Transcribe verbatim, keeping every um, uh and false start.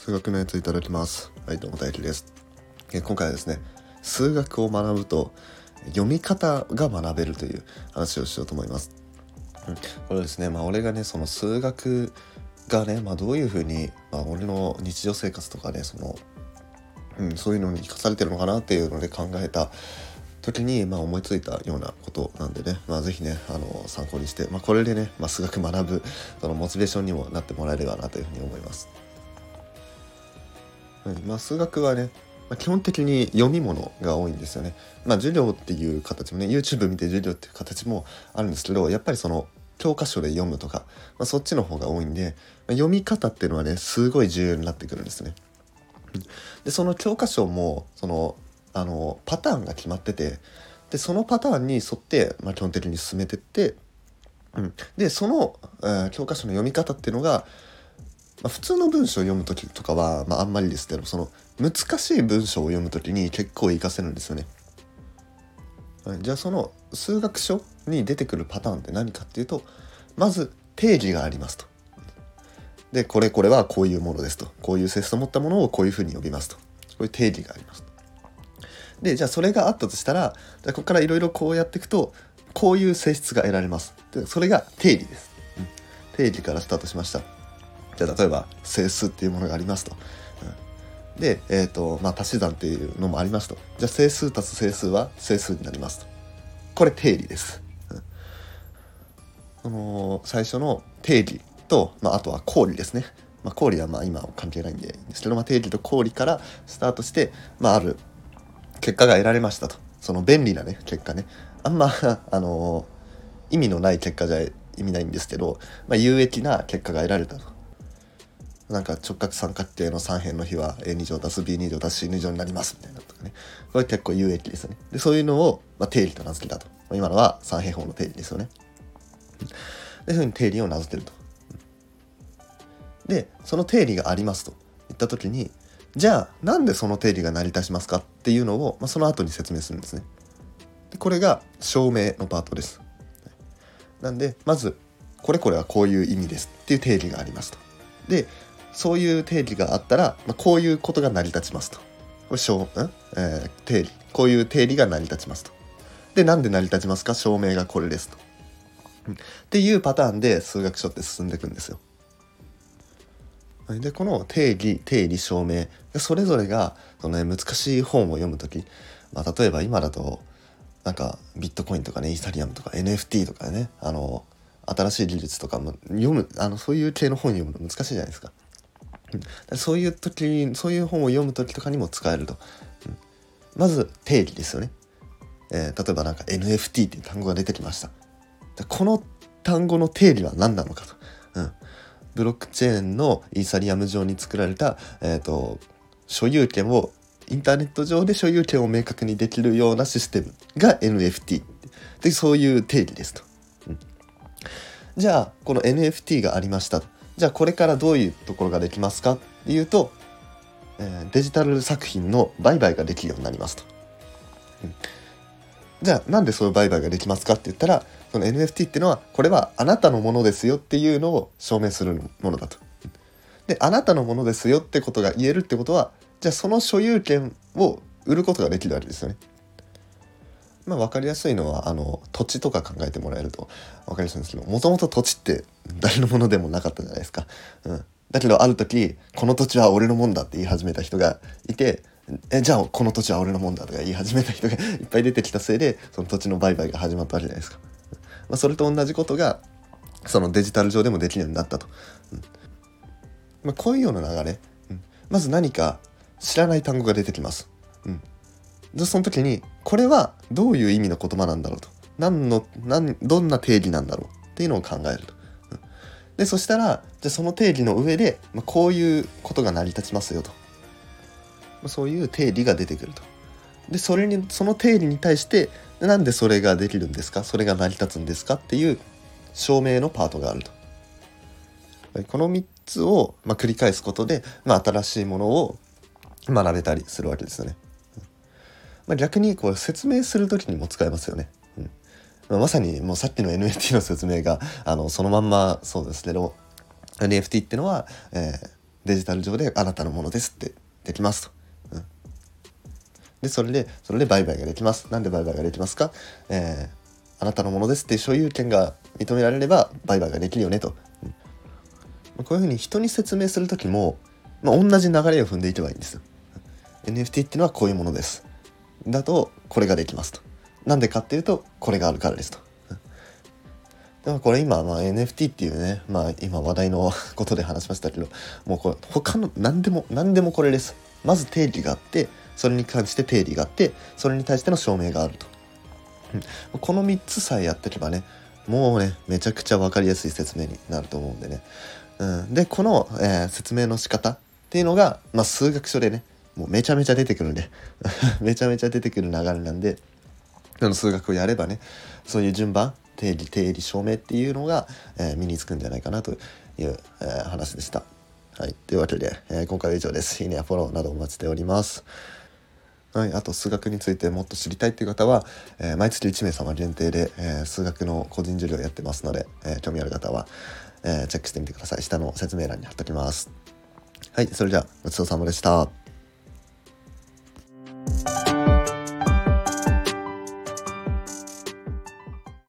数学のやついただきます。はい、どうも大輝です。え今回はですね、数学を学ぶと読み方が学べるという話をしようと思います。うん、これはですね、まあ俺がねその数学がね、まあどういうふうに、まあ、俺の日常生活とかねその、うん、そういうのに生かされてるのかなっていうので考えた時に、まあ、思いついたようなことなんでね、まあ、ぜひねあの参考にして、まあ、これでね、まあ、数学学ぶそのモチベーションにもなってもらえればなというふうに思います。はい、まあ、数学はね、まあ、基本的に読み物が多いんですよね。まあ授業っていう形もね YouTube 見て授業っていう形もあるんですけど、やっぱりその教科書で読むとか、まあ、そっちの方が多いんで、まあ、読み方っていうのはねすごい重要になってくるんですね。でその教科書もそのあのパターンが決まってて、でそのパターンに沿って、まあ、基本的に進めてって、うん、でその、えー教科書の読み方っていうのが、まあ、普通の文章を読む時とかは、まあ、あんまりですけど、その難しい文章を読む時に結構活かせるんですよね。はい、じゃあその数学書に出てくるパターンって何かっていうと、まず定義がありますと。でこれこれはこういうものですと、こういう性質を持ったものをこういうふうに呼びますと、こういう定義がありますと。でじゃあそれがあったとしたら、じゃあここからいろいろこうやっていくとこういう性質が得られます。でそれが定義です、うん、定義からスタートしました。じゃあ例えば整数っていうものがありますと、うん、で、えーとまあ、足し算っていうのもありますと。じゃあ整数足す整数は整数になりますと。これ定理です、うん、その最初の定理と、まあ、あとは公理ですね。まあ、公理はまあ今は関係ないんでいいんですけど、まあ、定理と公理からスタートして、まあ、ある結果が得られましたと。その便利なね結果ね、あんまあのー、意味のない結果じゃ意味ないんですけど、まあ、有益な結果が得られたと。なんか直角三角形の三辺の比は エーに 乗足す ビーに 乗足す シーに 乗になりますみたいなとかね、これ結構有益ですよね。でそういうのを、まあ、定理と名付けたと。今のは三平方の定理ですよね。でそういうふうに定理を名付けると。でその定理がありますと言った時に、じゃあなんでその定理が成り立ちますかっていうのを、まあ、その後に説明するんですね。でこれが証明のパートです。なんでまずこれこれはこういう意味ですっていう定理がありますと。でそういう定理があったら、まあ、こういうことが成り立ちますと。これ証、んえー、定理こういう定理が成り立ちますと。でなんで成り立ちますか、証明がこれですと、うん、っていうパターンで数学書って進んでいくんですよ。でこの定義定理証明それぞれがその、ね、難しい本を読むとき、まあ、例えば今だとなんかビットコインとかねイーサリアムとか エヌエフティー とかね、あの新しい技術とかも読む、あのそういう系の本読むの難しいじゃないですか。うん、そういう時そういう本を読む時とかにも使えると。うん、まず定義ですよね。えー、例えばなんか エヌエフティー っていう単語が出てきました。この単語の定理は何なのかと。うん、ブロックチェーンのイーサリアム上に作られた、えーと、所有権をインターネット上で所有権を明確にできるようなシステムが エヌエフティー で、そういう定義ですと。うん、じゃあこの エヌエフティー がありましたと。じゃあこれからどういうところができますかっていうと、えー、デジタル作品の売買ができるようになりますと。うん、じゃあなんでそういう売買ができますかって言ったら、その エヌエフティー っていうのはこれはあなたのものですよっていうのを証明するものだと。であなたのものですよってことが言えるってことは、じゃあその所有権を売ることができるわけですよね。まあ分かりやすいのはあの土地とか考えてもらえると分かりやすいんですけど、もともと土地って誰のものでもなかったじゃないですか。うん、だけどある時この土地は俺のもんだって言い始めた人がいて、えじゃあこの土地は俺のもんだとか言い始めた人がいっぱい出てきたせいで、その土地の売買が始まったわけじゃないですか。まあ、それと同じことがそのデジタル上でもできるようになったと。うんまあ、こういうような流れ、うん、まず何か知らない単語が出てきます。うん、でその時にこれはどういう意味の言葉なんだろうと、何の何どんな定義なんだろうっていうのを考えると。うん、でそしたらじゃあその定義の上で、まあ、こういうことが成り立ちますよと、まあ、そういう定理が出てくると。でそれにその定理に対してなんでそれができるんですか、それが成り立つんですかっていう証明のパートがあると。このみっつを、まあ、繰り返すことで、まあ、新しいものを学べたりするわけですよね。まあ、逆にこう説明するときにも使えますよね。うんまあ、まさにもうさっきの エヌエフティー の説明があのそのまんまそうですけど、 エヌエフティー ってのは、えー、 デジタル上であなたのものですってできますと。うん、でそれでそれで売買ができます。なんで売買ができますか、えー、あなたのものですっていう所有権が認められれば売買ができるよねと。うん、こういうふうに人に説明する時も、まあ、同じ流れを踏んでいけばいいんですよ。 エヌエフティー っていうのはこういうものですだとこれができますと。なんでかっていうとこれがあるからですと。でもこれ今、まあ、エヌエフティー っていうね、まあ、今話題のことで話しましたけど、もうこれ他の何でも何でもこれです。まず定義があって、それに関して定理があって、それに対しての証明があると。うん、このみっつさえやっていけばね、もうねめちゃくちゃ分かりやすい説明になると思うんでね。うん、でこの、えー、説明の仕方っていうのが、まあ、数学書でねもうめちゃめちゃ出てくるんでめちゃめちゃ出てくる流れなんで、その数学をやればねそういう順番定理定理証明っていうのが、えー、身につくんじゃないかなという、えー、話でした。はい、というわけで、えー、今回は以上です。いいねやフォローなどお待ちしております。はい、あと数学についてもっと知りたいっていう方は、えー、毎月いち名様限定で、えー、数学の個人授業やってますので、えー、興味ある方は、えー、チェックしてみてください。下の説明欄に貼っときます。はい、それじゃあごちそうさまでした。